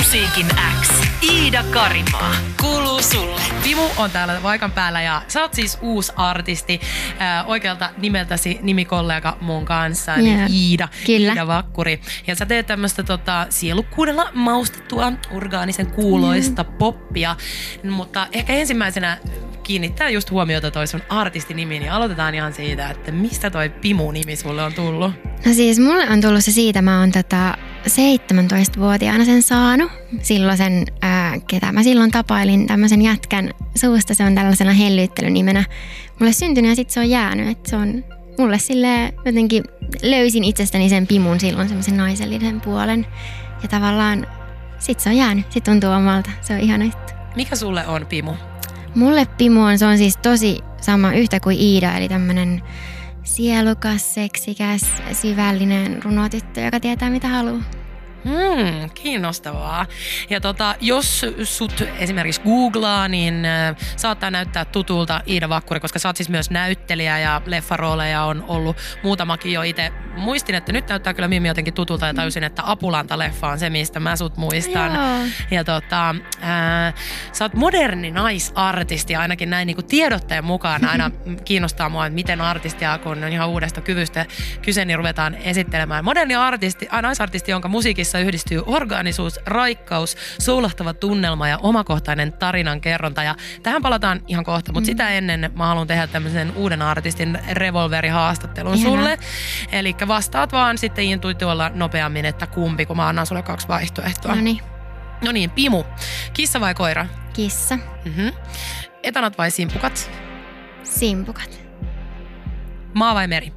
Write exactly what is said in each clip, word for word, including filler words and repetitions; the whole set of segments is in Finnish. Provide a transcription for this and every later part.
Musiikin X. Iida Karimaa. Kuuluu sulle. Pimu on täällä paikan päällä ja sä oot siis uusi artisti. Äh, oikealta nimeltäsi nimikollega mun kanssa, eli yeah. Iida. Kyllä. Iida Vakkuri. Ja sä teet tämmöstä tota, sielukkuudella maustettua, orgaanisen kuuloista mm. poppia. Mutta ehkä ensimmäisenä kiinnittää just huomiota toi sun artistinimi, niin aloitetaan ihan siitä, että mistä toi Pimu-nimi sulle on tullut? No siis mulle on tullut se siitä, mä oon tota seitsemäntoistavuotiaana sen saanut. Silloin sen, ää, ketä mä silloin tapailin, tämmöisen jätkän suusta, se on tällaisena hellyyttelynimenä mulle syntynyt ja sit se on jäänyt. Että se on mulle silleen jotenkin löysin itsestäni sen Pimun silloin semmoisen naisellisen puolen ja tavallaan sit se on jäänyt, sit tuntuu omalta, se on ihana juttu. Mikä sulle on Pimu? Mulle Pimu on, se on siis tosi sama yhtä kuin Iida, eli tämmönen sielukas, seksikäs, syvällinen runotyttö, joka tietää mitä haluaa. Hmm, kiinnostavaa. Ja tota, jos sut esimerkiksi googlaa, niin äh, saattaa näyttää tutulta Iida Vakkuri, koska sä oot siis myös näyttelijä ja leffarooleja on ollut muutamakin jo itse. Muistin, että nyt näyttää kyllä Mimmi jotenkin tutulta ja tajusin, että Apulanta-leffa on se, mistä mä sut muistan. Joo. Ja tota, äh, sä oot moderni naisartisti, ainakin näin niin kuin tiedottajan mukaan aina kiinnostaa mua, että miten artistia, kun on ihan uudesta kyvystä kyse, niin ruvetaan esittelemään. Moderni artisti, äh, naisartisti, jonka musiikissa yhdistyy orgaanisuus, raikkaus, soulahtava tunnelma ja omakohtainen tarinan kerronta. Ja tähän palataan ihan kohta, mutta mm. sitä ennen mä haluan tehdä tämmöisen uuden artistin revolverihaastattelun Ihana. sulle. Eli vastaat vaan sitten intuitiolla nopeammin, että kumpi, kun mä annan sulle kaksi vaihtoehtoa. No niin. No niin, Pimu. Kissa vai koira? Kissa. Mm-hmm. Etanat vai simpukat? Simpukat. Maa vai meri?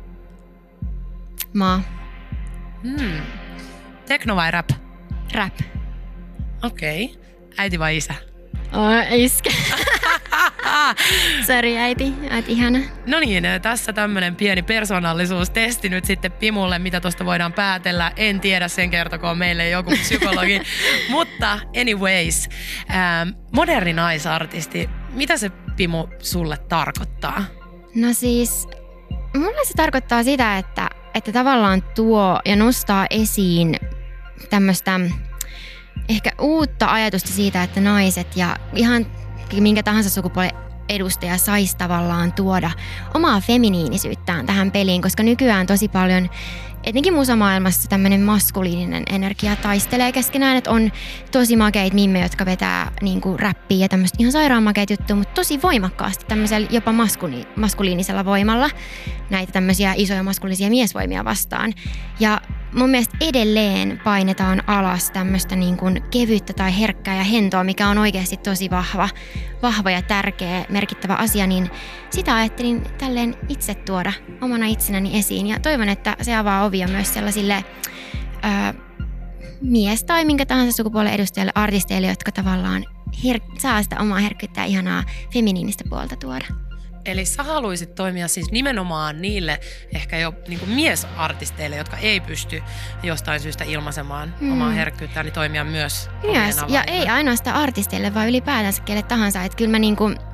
Maa. Hmm. Tekno vai rap? Rap. Okei. Okay. Äiti vai isä? Oh, iskä. Sori äiti, äiti ihana. No niin, tässä tämmönen pieni persoonallisuustesti nyt sitten Pimulle, mitä tosta voidaan päätellä. En tiedä, sen kertokoon meille joku psykologi. Mutta anyways, ähm, moderni naisartisti, mitä se Pimu sulle tarkoittaa? No siis, mulle se tarkoittaa sitä, että, että tavallaan tuo ja nostaa esiin tämmöistä ehkä uutta ajatusta siitä, että naiset ja ihan minkä tahansa sukupuolen edustaja saisi tavallaan tuoda omaa feminiinisyyttään tähän peliin, koska nykyään tosi paljon, etenkin musamaailmassa tämmöinen maskuliininen energia taistelee keskenään, että on tosi makeita mimmejä, jotka vetää niinku räppiä ja tämmöistä ihan sairaan makeita juttuja, mutta tosi voimakkaasti tämmöisellä jopa maskuli- maskuliinisella voimalla näitä tämmöisiä isoja maskuliinisia miesvoimia vastaan. Ja mun mielestä edelleen painetaan alas tämmöistä niin kuin kevyttä tai herkkää ja hentoa, mikä on oikeasti tosi vahva, vahva ja tärkeä, merkittävä asia, niin sitä ajattelin tälleen itse tuoda omana itsenäni esiin. Ja toivon, että se avaa ovia myös sellaisille ää, mies- tai minkä tahansa sukupuolen edustajille, artisteille, jotka tavallaan her- saa sitä omaa herkkyyttä ja ihanaa feminiinistä puolta tuoda. Eli sä haluaisit toimia siis nimenomaan niille ehkä jo niin kuin miesartisteille, jotka ei pysty jostain syystä ilmaisemaan mm. omaa herkkyyttään, niin toimia myös yes. Ja ei ainoastaan artisteille, vaan ylipäätänsä kelle tahansa. Että kyllä mä niin kuin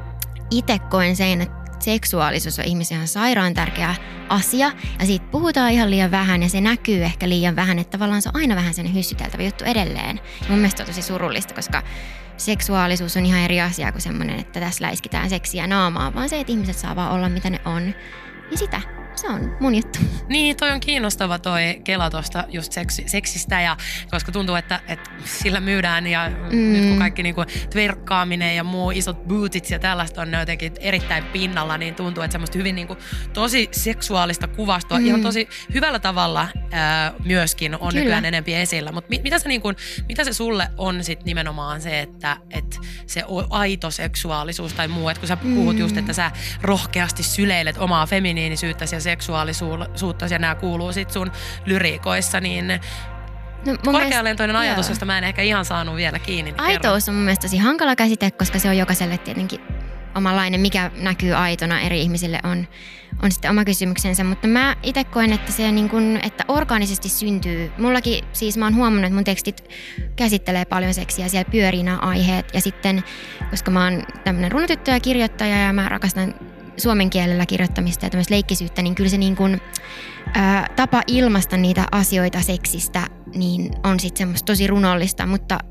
itse koen sen, että seksuaalisuus on ihmisen ihan sairaan tärkeä asia. Ja siitä puhutaan ihan liian vähän ja se näkyy ehkä liian vähän, että tavallaan se on aina vähän sen hyssyteltävä juttu edelleen. Ja mun mielestä on tosi surullista, koska seksuaalisuus on ihan eri asia kuin semmoinen, että tässä läiskitään seksiä naamaa, vaan se, että ihmiset saa vaan olla mitä ne on. Ja sitä, se on mun juttu. Niin, toi on kiinnostava toi kela tuosta just seksi, seksistä, ja, koska tuntuu, että, että sillä myydään ja mm. nyt kun kaikki niinku tverkkaaminen ja muu isot bootit ja tällaista on jotenkin erittäin pinnalla, niin tuntuu, että semmoista hyvin niinku tosi seksuaalista kuvastoa mm. ihan tosi hyvällä tavalla ää, myöskin on Kyllä. nykyään enempi esillä. Mutta mit, mitä, se niinku, mitä se sulle on sit nimenomaan se, että et se aito seksuaalisuus tai muu, että kun sä puhut mm. just, että sä rohkeasti syleilet omaa feminiinisyyttäsi ja seksuaalisuutta ja nämä kuuluu sit sun lyriikoissa, niin no, korkealentoinen ajatus, joo. josta mä en ehkä ihan saanut vielä kiinni. Niin Aitous on mun mielestä tosi hankala käsite, koska se on jokaiselle tietenkin omanlainen, mikä näkyy aitona eri ihmisille on, on sitten oma kysymyksensä, mutta mä itse koen, että se niin kun, että orgaanisesti syntyy. Mullakin siis mä oon huomannut, että mun tekstit käsittelee paljon seksiä, siellä pyörii nämä aiheet ja sitten, koska mä oon tämmönen runotyttö ja kirjoittaja ja mä rakastan suomen kielellä kirjoittamista ja tämmöistä leikkisyyttä, niin kyllä se niin kuin, ää, tapa ilmaista niitä asioita seksistä niin on sitten semmoista tosi runollista, mutta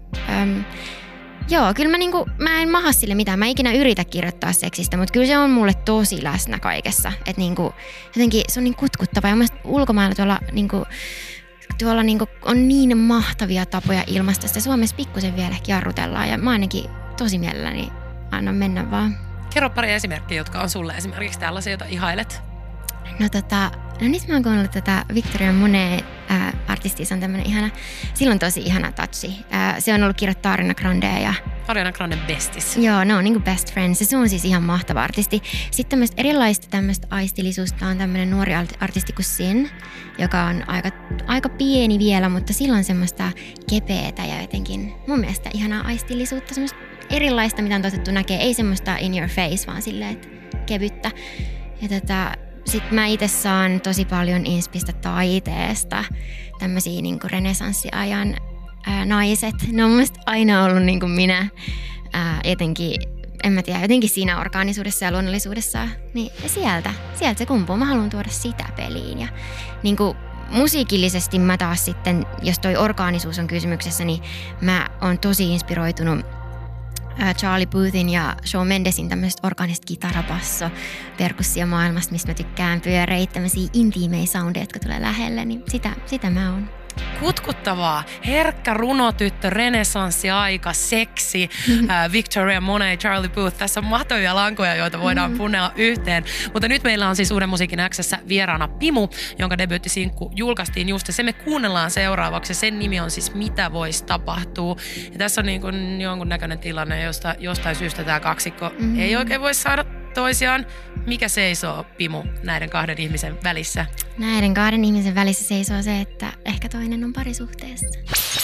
Öm, joo, kyllä mä, niinku, mä en maha sille mitään. Mä en ikinä yritä kirjoittaa seksistä, mutta kyllä se on mulle tosi läsnä kaikessa. Että niinku, jotenkin se on niin kutkuttava. Ja mielestäni ulkomailla tuolla, niinku, tuolla niinku, on niin mahtavia tapoja ilmaista sitä. Suomessa pikkusen vielä jarrutellaan ja mä ainakin tosi mielelläni annan mennä vaan. Kerro pari esimerkkiä, jotka on sulle esimerkiksi tällaisia, joita ihailet. No tota, no nyt mä oon kuunnellut tätä Victoria Monet ää, artistia, se on tämmönen ihana, sillä on tosi ihana touchi. Ää, se on ollut kirjoittaa Ariana Grandea ja... Ariana Grande bestis. Joo, no niinku best friends, se on siis ihan mahtava artisti. Sitten tämmöistä erilaista tämmöistä aistilisuutta on tämmönen nuori artisti kuin Sin, joka on aika, aika pieni vielä, mutta sillä on semmoista kepeetä ja jotenkin mun mielestä ihanaa aistillisuutta, semmoista erilaista, mitä on totuttu näkee, ei semmoista in your face, vaan silleen, että kevyttä. Ja tota... Sitten mä itse saan tosi paljon inspistä taiteesta, tämmöisiä niin kuin renessanssiajan ää, naiset. Ne on mun mielestä aina ollut niin kuin minä, ää, jotenkin, en mä tiedä, jotenkin siinä orgaanisuudessa ja luonnollisuudessa. Niin sieltä, sieltä se kumpuu. Mä haluan tuoda sitä peliin. Ja niin kuin musiikillisesti mä taas sitten, jos toi orgaanisuus on kysymyksessä, niin mä oon tosi inspiroitunut Charlie Puthin ja Shawn Mendesin tämmöisestä orgaanista kitarabasso perkussiomaailmasta, mistä mä tykkään pyöreitä, tämmöisiä intiimejä soundeja, jotka tulee lähelle, niin sitä, sitä mä oon. Kutkuttavaa, herkkä runotyttö, renessanssiaika, seksi, mm-hmm. äh, Victoria Monet, Charlie Puth. Tässä on mahtavia lankoja, joita voidaan mm-hmm. punnella yhteen. Mutta nyt meillä on siis Uuden musiikin X:ssä vieraana Pimu, jonka debyyttisinkku julkaistiin just. Ja se me kuunnellaan seuraavaksi. Sen nimi on siis Mitä voisi tapahtua. Ja tässä on niin kuin jonkun näköinen tilanne, josta jostain syystä tämä kaksikko mm-hmm. ei oikein voi saada toisiaan. Mikä seisoo, Pimu, näiden kahden ihmisen välissä? Näiden kahden ihmisen välissä seisoo se, että ehkä toinen on parisuhteessa.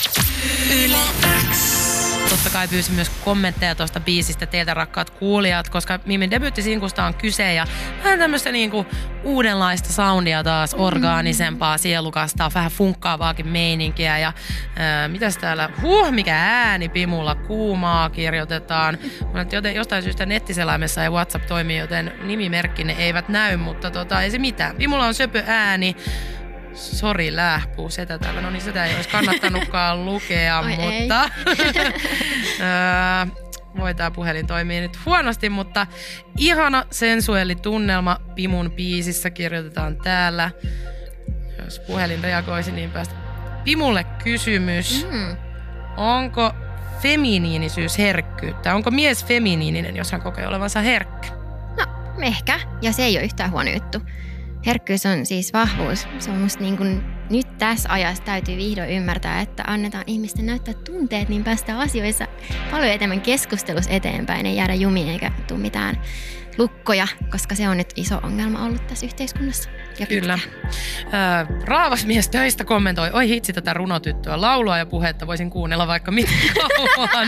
Yle X. Totta kai pyysin myös kommentteja tuosta biisistä teiltä, rakkaat kuulijat, koska Mimin debyyttisinkusta on kyse ja vähän tämmöistä niinku uudenlaista soundia taas, orgaanisempaa, sielukasta, vähän funkkaavaakin meininkiä ja ää, mitäs täällä, huh, mikä ääni Pimulla, kuumaa kirjoitetaan. Joten jostain syystä nettiselaimessa ei WhatsApp toimi, joten nimimerkkinne eivät näy, mutta tota, ei se mitään. Pimulla on söpö ääni. Sori, lähpuu setä täällä. No niin, sitä ei olisi kannattanutkaan lukea, Oi mutta voi tää puhelin toimii nyt huonosti, mutta ihana sensuellitunnelma Pimun biisissä kirjoitetaan täällä. Jos puhelin reagoisi, niin päästä. Pimulle kysymys. Mm. Onko feminiinisyys herkkyyttä? Onko mies feminiininen, jos hän kokee olevansa herkkä? No, ehkä. Ja se ei ole yhtään huono juttu. Herkkyys on siis vahvuus. Se on musta niin kuin nyt tässä ajassa täytyy vihdoin ymmärtää, että annetaan ihmisten näyttää tunteet, niin päästään asioissa paljon enemmän keskustelussa eteenpäin. Ei jäädä jumiin eikä tule mitään lukkoja, koska se on nyt iso ongelma ollut tässä yhteiskunnassa. Ja kyllä. Ää, raavas mies töistä kommentoi, oi hitsi tätä runotyttöä, laulua ja puhetta voisin kuunnella vaikka miten kauan.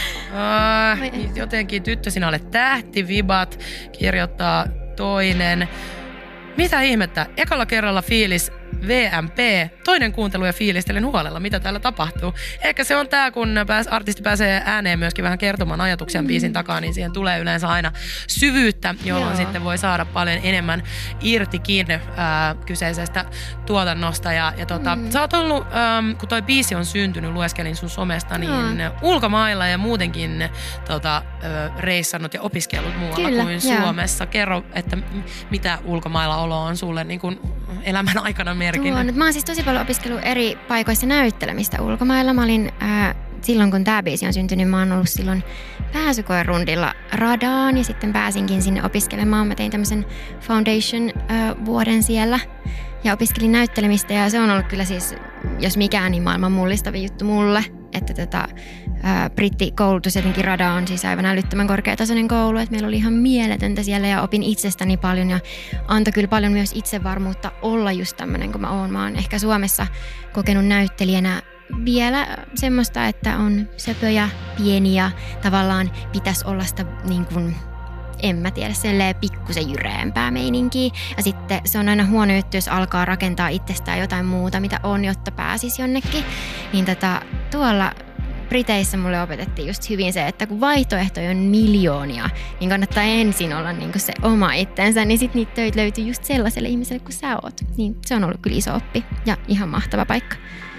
Ää, jotenkin tyttö, sinä olet tähtivibat, kirjoittaa toinen. Mitä ihmettä? Ekalla kerralla fiilis V M P, toinen kuuntelu ja fiilistelen huolella, mitä täällä tapahtuu. Ehkä se on tää, kun pääs, artisti pääsee ääneen myöskin vähän kertomaan ajatuksia mm. biisin takaa, niin siihen tulee yleensä aina syvyyttä, jolloin Joo. sitten voi saada paljon enemmän irtikin ää, kyseisestä tuotannosta. Ja, ja tota, mm. sä oot ollut, äm, kun toi biisi on syntynyt, lueskelin sun somesta, niin Joo. ulkomailla ja muutenkin tota, ä, reissannut ja opiskellut muualla Kyllä, kuin jo. Suomessa. Kerro, että m- mitä ulkomailla olo on sulle niin kuin elämän aikana merkinnyt. Mä oon siis tosi paljon opiskellut eri paikoissa näyttelemistä ulkomailla. Mä olin ää, silloin, kun tää biisi on syntynyt, mä oon ollut silloin pääsykoerundilla Radaan ja sitten pääsinkin sinne opiskelemaan. Mä tein tämmöisen foundation-vuoden siellä ja opiskelin näyttelemistä ja se on ollut kyllä siis, jos mikään, niin maailman mullistavin juttu mulle. Että tota, ää, brittikoulutus jotenkin Rada on siis aivan älyttömän korkeatasoinen koulu, että meillä oli ihan mieletöntä siellä ja opin itsestäni paljon ja antoi kyllä paljon myös itsevarmuutta olla just tämmöinen kuin mä oon. Mä oon ehkä Suomessa kokenut näyttelijänä vielä semmoista, että on söpöjä, pieniä, tavallaan pitäisi olla sitä niin kuin, en mä tiedä, silleen pikkusen jyreempää meininkiä. Ja sitten se on aina huono juttu, jos alkaa rakentaa itsestään jotain muuta, mitä on, jotta pääsisi jonnekin. Niin tota, tuolla Briteissä mulle opetettiin just hyvin se, että kun vaihtoehtoja on miljoonia, niin kannattaa ensin olla niinku se oma itsensä, niin sitten niitä töitä löytyy just sellaiselle ihmiselle kuin sä oot. Niin se on ollut kyllä iso oppi ja ihan mahtava paikka.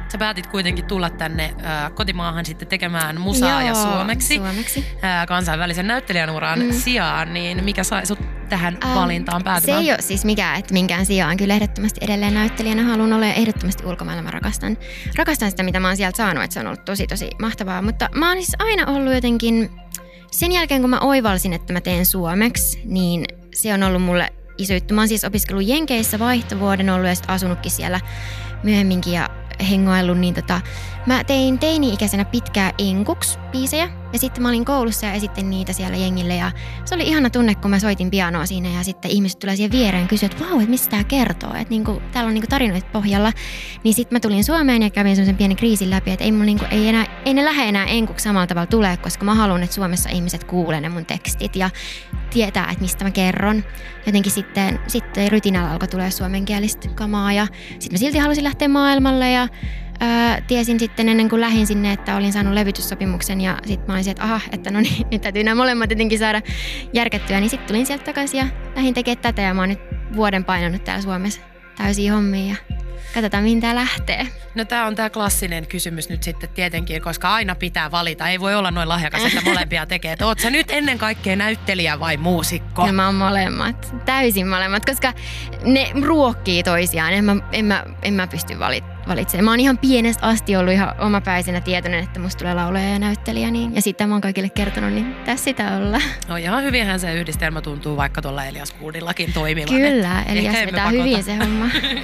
sä päätit kuitenkin tulla tänne äh, kotimaahan sitten tekemään musaa Joo, ja suomeksi, suomeksi. Äh, kansainvälisen näyttelijän uran mm. sijaan, niin mikä sai sut tähän Ähm, valintaan päätymään? Se ei ole siis mikään, että minkään sijaan. Kyllä ehdottomasti edelleen näyttelijänä haluan olla ja ehdottomasti ulkomailla mä rakastan, rakastan sitä, mitä mä oon sieltä saanut, että se on ollut tosi tosi mahtavaa. Mutta mä oon siis aina ollut jotenkin, sen jälkeen kun mä oivalsin, että mä teen suomeksi, niin se on ollut mulle iso juttu. Mä oon siis opiskellut Jenkeissä vaihtovuoden ollut ja sitten asunutkin siellä myöhemminkin ja hengoillut, niin tota, mä tein teini-ikäisenä pitkää enkuksi biisejä ja sitten mä olin koulussa ja esittelin niitä siellä jengille ja se oli ihana tunne, kun mä soitin pianoa siinä ja sitten ihmiset tulee siihen viereen ja kysyy, että vau, että mistä tää kertoo, että niinku, täällä on niinku tarinoita pohjalla. Niin sitten mä tulin Suomeen ja kävin semmoisen pienen kriisin läpi, että ei, mun niinku, ei, enää, ei ne lähde enää enkuksi samalla tavalla tulee, koska mä haluan, että Suomessa ihmiset kuulee ne mun tekstit ja tietää, että mistä mä kerron. Jotenkin sitten, sitten rytinällä alkoi tulee suomenkielistä kamaa ja sitten mä silti halusin lähteä maailmalle ja ää, tiesin sitten ennen kuin lähdin sinne, että olin saanut levytyssopimuksen ja sitten mä olin että aha, että no niin, nyt täytyy nämä molemmat jotenkin saada järkättyä, niin sitten tulin sieltä takaisin ja lähdin tekemään tätä ja mä oon nyt vuoden painanut täällä Suomessa täysiä hommia ja katsotaan mihin tää lähtee. No tää on tää klassinen kysymys nyt sitten tietenkin, koska aina pitää valita. Ei voi olla noin lahjakas, että molempia tekee. Että oot sä nyt ennen kaikkea näyttelijä vai muusikko? Ja mä oon molemmat, täysin molemmat, koska ne ruokkii toisiaan. En mä, en mä, en mä pysty valitsemaan. Mä oon ihan pienestä asti ollut ihan omapäisenä tietoinen, että musta tulee laulaja ja näyttelijä. Niin, ja sitä mä oon kaikille kertonut, niin tässä sitä ollaan. No ihan hyvinhän se yhdistelmä tuntuu vaikka tuolla Elias Goodillakin toimivan. Kyllä, Elias vetää hyvin se homma.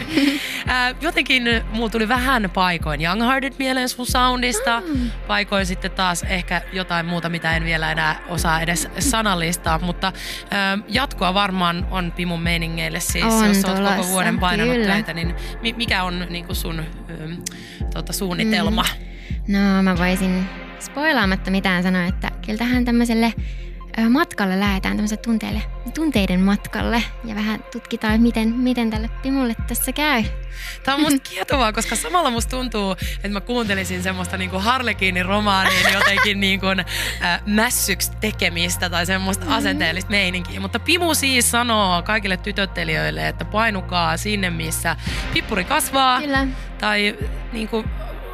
Jotenkin mulla tuli vähän paikoin Young Hearted mieleen sun soundista. Mm. Paikoin sitten taas ehkä jotain muuta, mitä en vielä enää osaa edes sanallistaa. Mutta äh, jatkoa varmaan on Pimun meiningeille siis, on jos oot tulossa, koko vuoden painanut kyllä. töitä. Niin mikä on niin kuin sun ähm, tota, suunnitelma? Mm. No mä voisin spoilaamatta mitään sanoa, että kyllä tähän tämmöiselle matkalle lähdetään tämmöiselle tunteille, tunteiden matkalle ja vähän tutkitaan, että miten, miten tälle Pimulle tässä käy. Tämä on musta kietovaa, koska samalla musta tuntuu, että mä kuuntelisin semmoista niinku Harlekiinin romaanin jotenkin niinku, äh, mässyksi tekemistä tai semmoista mm-hmm. asenteellista meininkiä. Mutta Pimu siis sanoo kaikille tytöttelijöille, että painukaa sinne, missä pippuri kasvaa. Kyllä. Tai niinku,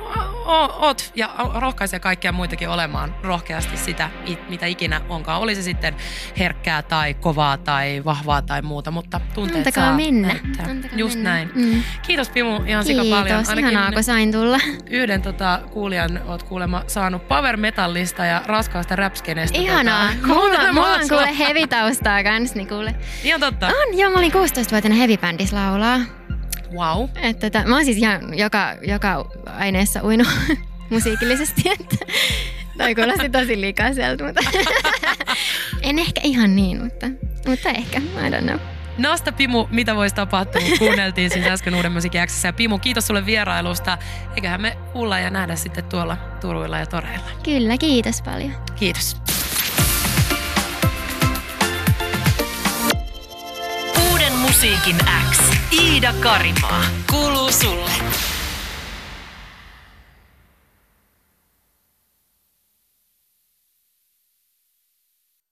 oot ja rohkaisee kaikkia muitakin olemaan rohkeasti sitä, mitä ikinä onkaan. Oli se sitten herkkää tai kovaa tai vahvaa tai muuta, mutta tunteet Antakaa saa mennä. näyttää. Antakaa Just mennä. näin. Mm. Kiitos Pimu ihan Kiitos, sika paljon. Ainakin ihanaa kun sain tulla. Yhden tota, kuulijan oot kuulemma saanut power metallista ja raskaasta räpskenestä. Ihanaa. Tota, Mulla, mulla on kuule heavy-taustaa kans, niin kuule. Ihan totta. On, joo, mä olin kuusitoistavuotiaana heavy-bändissä laulaa. Wow. Että tota, mä oon siis ihan joka, joka aineessa uinut musiikillisesti, että toi kuulosti tosi likaiselta, mutta en ehkä ihan niin, mutta, mutta ehkä, I don't know. Nosta Pimu, mitä voisi tapahtua. Kuunneltiin siis äsken Uuden musiikin X:ssä. Ja Pimu, kiitos sulle vierailusta. Eiköhän me kuulla ja nähdä sitten tuolla Turuilla ja toreilla. Kyllä, kiitos paljon. Kiitos. Uuden musiikin X. Iida Karimaa. Kuuluu sulle.